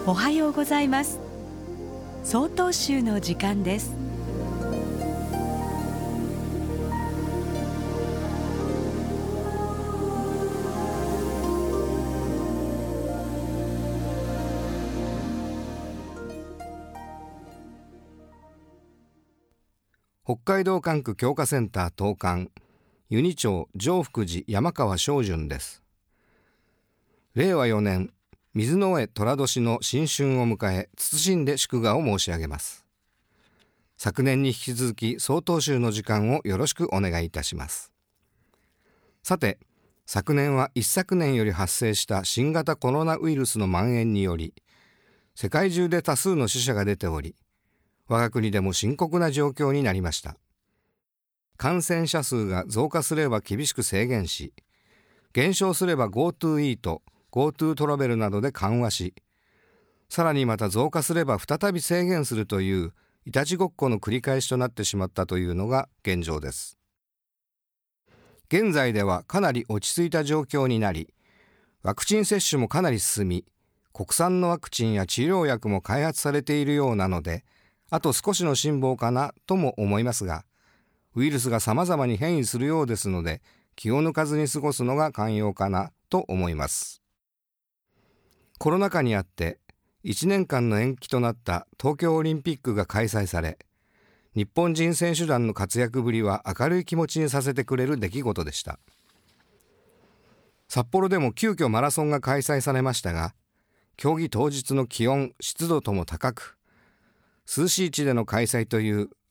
おはようございます。曹洞宗の時間です。 北海道管区教化センター当館湯仁町常福寺山川正順です。令和4年水の上寅年の新春を迎え、謹んで祝賀を申し上げます。昨年に引き続き曹洞宗の時間をよろしくお願いいたします。さて、昨年は一昨年より発生した新型コロナウイルスの蔓延により、世界中で多数の死者が出ており、我が国でも深刻な状況になりました。感染者数が増加すれば厳しく制限し、減少すれば GoTo イート、GoTo トラベルなどで緩和し、さらにまた増加すれば再び制限するといういたちごっこの繰り返しとなってしまったというのが現状です。現在ではかなり落ち着いた状況になり、ワクチン接種もかなり進み、国産のワクチンや治療薬も開発されているようなので、あと少しの辛抱かなとも思いますが、ウイルスが様々に変異するようですので、気を抜かずに過ごすのが肝要かなと思います。コロナ禍にあって1年間の延期となった東京オリンピックが開催され、日本人選手団の活躍ぶりは明るい気持ちにさせてくれる出来事でした。札幌でも急遽マラソンが開催されましたが、競技当日の気温、湿度とも高く、涼しい地での開催という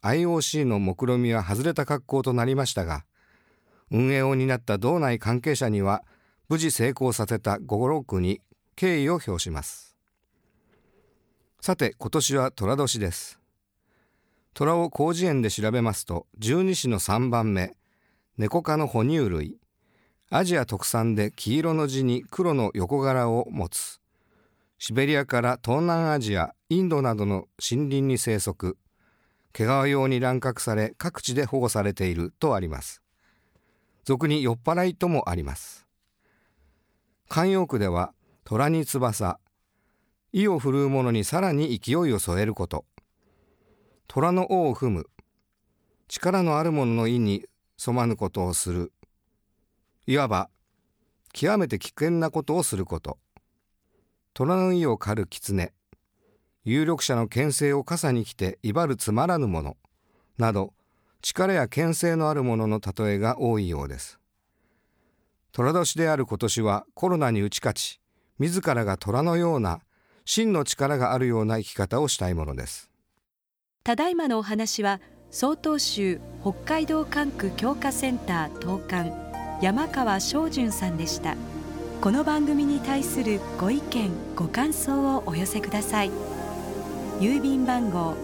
IOC の目論見は外れた格好となりましたが、運営を担った道内関係者には無事成功させたご労苦に敬意を表します。さて、今年は寅年です。寅を広辞苑で調べますと、十二支の3番目、ネコ科の哺乳類、アジア特産で黄色の地に黒の横柄を持つ、シベリアから東南アジア、インドなどの森林に生息、毛皮用に乱獲され各地で保護されているとあります。俗に酔っ払いともあります。慣用句では、虎に翼、意を振るう者にさらに勢いを添えること、虎の尾を踏む、力のある者の意に染まぬことをする、いわば極めて危険なことをすること、虎の意を狩る狐、有力者の牽制を傘に来て威張るつまらぬ者など、力や牽制のある者の例えが多いようです。寅年である今年はコロナに打ち勝ち、自らが虎のような真の力があるような生き方をしたいものです。 ただいまのお話は、曹洞宗北海道管区教化センター当館山川正順さんでした。この番組に対するご意見ご感想をお寄せください。郵便番号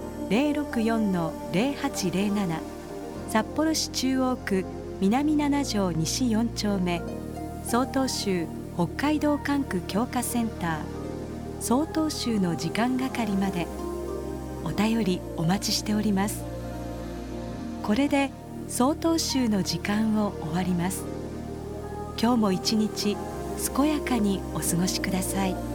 064-0807 札幌市中央区南7条西4丁目、曹洞宗北海道管区教化センター曹洞宗の時間係までお便りお待ちしております。これで曹洞宗の時間を終わります。今日も一日健やかにお過ごしください。